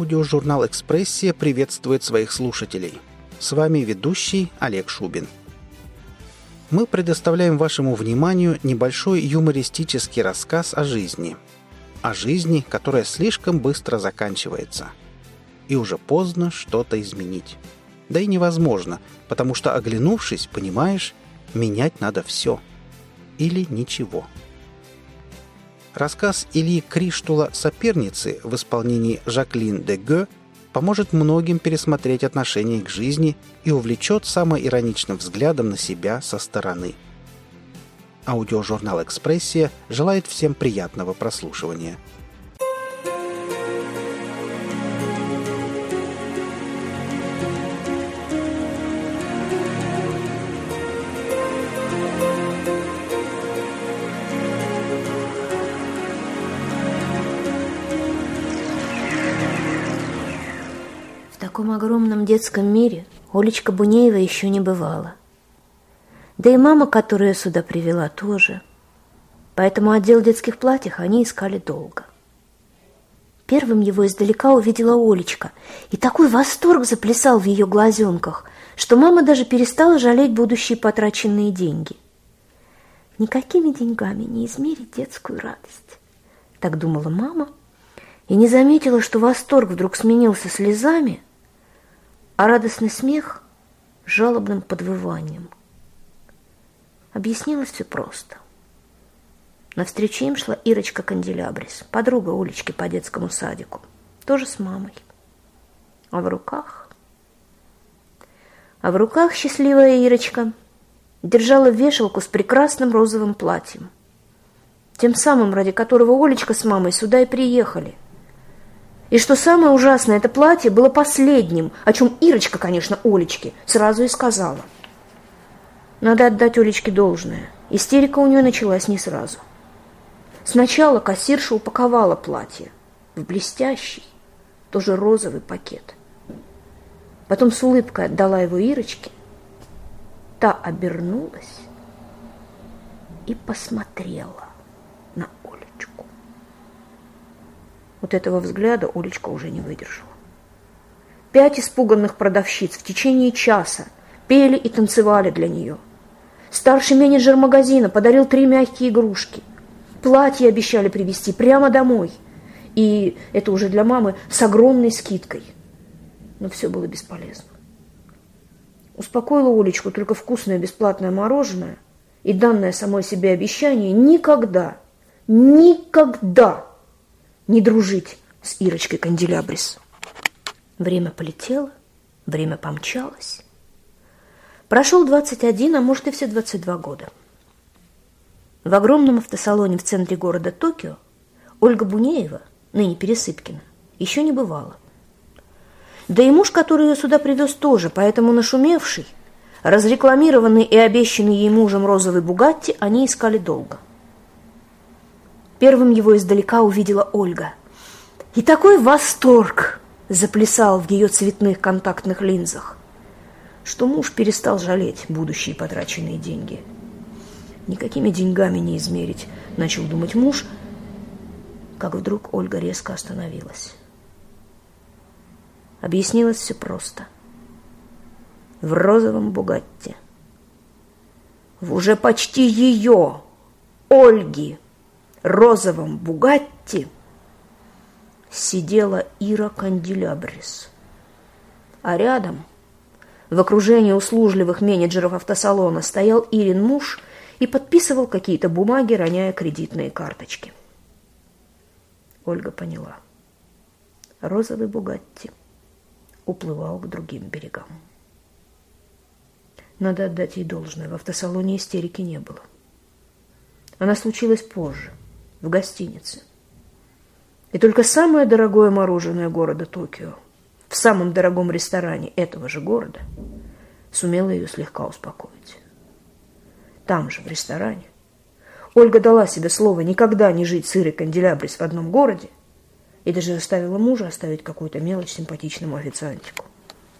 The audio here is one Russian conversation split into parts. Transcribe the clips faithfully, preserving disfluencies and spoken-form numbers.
Аудиожурнал «Экспрессия» приветствует своих слушателей. С вами ведущий Олег Шубин. Мы предоставляем вашему вниманию небольшой юмористический рассказ о жизни. О жизни, которая слишком быстро заканчивается. И уже поздно что-то изменить. Да и невозможно, потому что, оглянувшись, понимаешь, менять надо все. Или ничего. Рассказ Ильи Криштула «Соперницы» в исполнении Жаклин де Гё поможет многим пересмотреть отношение к жизни и увлечет самоироничным взглядом на себя со стороны. Аудиожурнал «Экспрессия» желает всем приятного прослушивания. В таком огромном детском мире Олечка Бунеева еще не бывала. Да и мама, которая сюда привела, тоже. Поэтому отдел детских платьев они искали долго. Первым его издалека увидела Олечка, и такой восторг заплясал в ее глазенках, что мама даже перестала жалеть будущие потраченные деньги. Никакими деньгами не измерить детскую радость. Так думала мама, и не заметила, что восторг вдруг сменился слезами, а радостный смех – жалобным подвыванием. Объяснилось все просто. Навстречу им шла Ирочка Канделябрис, подруга Олечки по детскому садику, тоже с мамой. А в руках... А в руках счастливая Ирочка держала вешалку с прекрасным розовым платьем, тем самым, ради которого Олечка с мамой сюда и приехали. И что самое ужасное, это платье было последним, о чем Ирочка, конечно, Олечке сразу и сказала. Надо отдать Олечке должное. Истерика у нее началась не сразу. Сначала кассирша упаковала платье в блестящий, тоже розовый пакет. Потом с улыбкой отдала его Ирочке. Та обернулась и посмотрела на Олечку. Вот этого взгляда Олечка уже не выдержала. Пять испуганных продавщиц в течение часа пели и танцевали для нее. Старший менеджер магазина подарил три мягкие игрушки. Платье обещали привезти прямо домой. И это уже для мамы с огромной скидкой. Но все было бесполезно. Успокоила Олечку только вкусное бесплатное мороженое и данное самой себе обещание никогда, никогда не дружить с Ирочкой Канделябрис. Время полетело, время помчалось. Прошел двадцать один, а может и все двадцать два года. В огромном автосалоне в центре города Токио Ольга Бунеева, ныне Пересыпкина, еще не бывала. Да и муж, который ее сюда привез, тоже, поэтому нашумевший, разрекламированный и обещанный ей мужем розовый Бугатти они искали долго. Первым его издалека увидела Ольга. И такой восторг заплясал в ее цветных контактных линзах, что муж перестал жалеть будущие потраченные деньги. Никакими деньгами не измерить, начал думать муж, как вдруг Ольга резко остановилась. Объяснилось все просто. В розовом Бугатти, в уже почти ее, Ольги, розовом Бугатти сидела Ира Канделябрис. А рядом, в окружении услужливых менеджеров автосалона, стоял Ирин муж и подписывал какие-то бумаги, роняя кредитные карточки. Ольга поняла. Розовый Бугатти уплывал к другим берегам. Надо отдать ей должное, в автосалоне истерики не было. Она случилась позже, в гостинице. И только самое дорогое мороженое города Токио в самом дорогом ресторане этого же города сумела ее слегка успокоить. Там же, в ресторане, Ольга дала себе слово никогда не жить с Ирой Канделябрис в одном городе и даже заставила мужа оставить какую-то мелочь симпатичному официантику.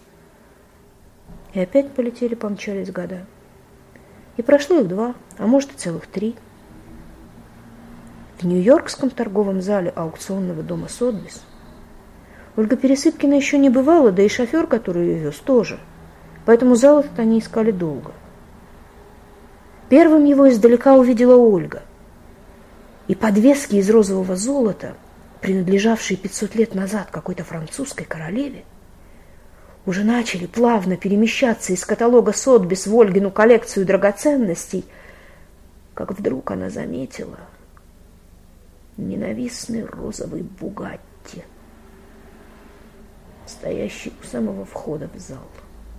И опять полетели-помчались года. И прошло их два, а может и целых три. В Нью-Йоркском торговом зале аукционного дома Сотбис Ольга Пересыпкина еще не бывала, да и шофер, который ее вез, тоже. Поэтому золото они искали долго. Первым его издалека увидела Ольга. И подвески из розового золота, принадлежавшие пятьсот лет назад какой-то французской королеве, уже начали плавно перемещаться из каталога Сотбис в Ольгину коллекцию драгоценностей, как вдруг она заметила ненавистный розовый Бугатти, стоящий у самого входа в зал.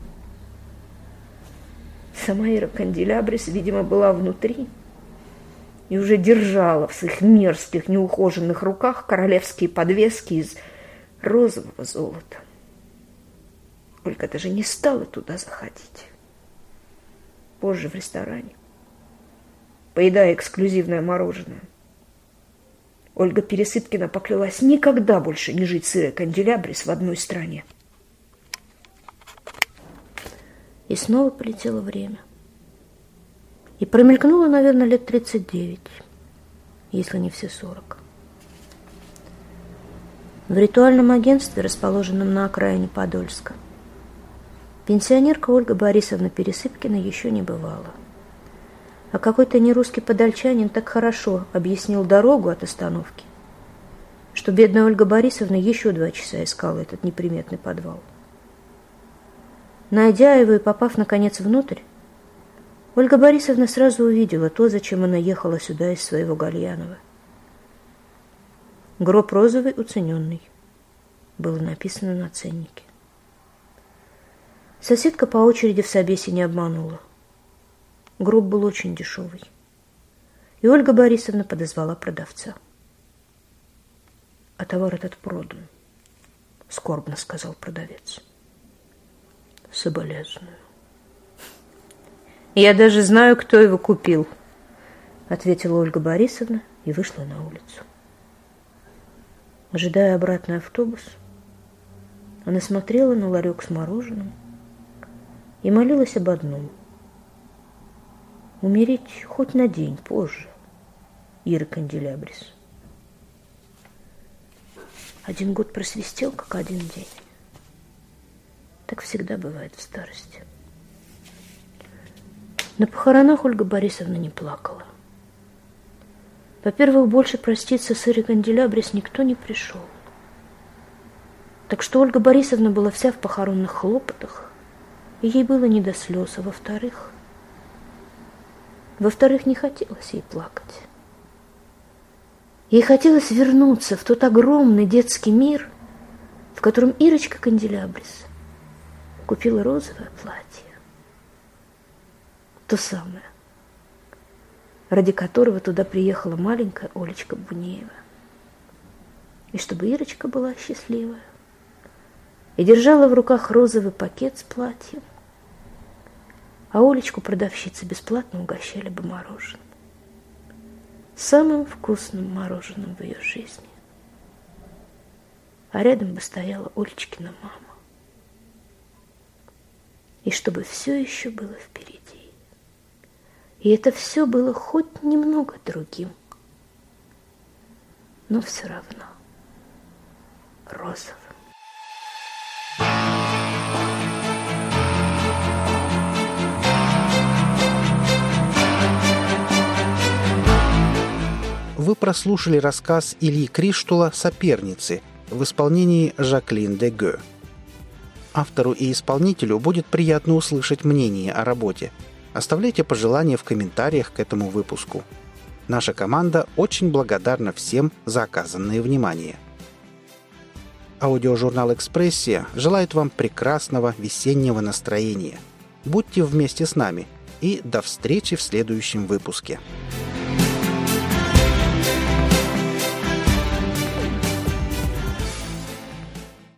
Сама Ира Канделябрис, видимо, была внутри и уже держала в своих мерзких, неухоженных руках королевские подвески из розового золота. Ольга даже не стала туда заходить. Позже в ресторане, поедая эксклюзивное мороженое, Ольга Пересыпкина поклялась никогда больше не жить с Ирой Канделябрис в одной стране. И снова полетело время. И промелькнуло, наверное, лет тридцать девять, если не все сорок. В ритуальном агентстве, расположенном на окраине Подольска, пенсионерка Ольга Борисовна Пересыпкина еще не бывала. А какой-то нерусский подольчанин так хорошо объяснил дорогу от остановки, что бедная Ольга Борисовна еще два часа искала этот неприметный подвал. Найдя его и попав, наконец, внутрь, Ольга Борисовна сразу увидела то, зачем она ехала сюда из своего Гальянова. «Гроб розовый, уцененный», было написано на ценнике. Соседка по очереди в собесе не обманула. Гроб был очень дешевый. И Ольга Борисовна подозвала продавца. «А товар этот продан», — скорбно сказал продавец. «Соболезную». «Я даже знаю, кто его купил», — ответила Ольга Борисовна и вышла на улицу. Ожидая обратный автобус, она смотрела на ларек с мороженым и молилась об одном — умереть хоть на день позже Иры Канделябрис. Один год просвистел, как один день. Так всегда бывает в старости. На похоронах Ольга Борисовна не плакала. Во-первых, больше проститься с Ирой Канделябрис никто не пришел. Так что Ольга Борисовна была вся в похоронных хлопотах, и ей было не до слез. А во-вторых, во-вторых, не хотелось ей плакать. Ей хотелось вернуться в тот огромный детский мир, в котором Ирочка Канделябрис купила розовое платье. То самое, ради которого туда приехала маленькая Олечка Бунеева. И чтобы Ирочка была счастливая и держала в руках розовый пакет с платьем, а Олечку продавщицы бесплатно угощали бы мороженым. Самым вкусным мороженым в ее жизни. А рядом бы стояла Олечкина мама. И чтобы все еще было впереди. И это все было хоть немного другим, но все равно розовым. Вы прослушали рассказ Ильи Криштула «Соперницы» в исполнении Жаклин Дегё. Автору и исполнителю будет приятно услышать мнение о работе. Оставляйте пожелания в комментариях к этому выпуску. Наша команда очень благодарна всем за оказанное внимание. Аудиожурнал «Экспрессия» желает вам прекрасного весеннего настроения. Будьте вместе с нами и до встречи в следующем выпуске.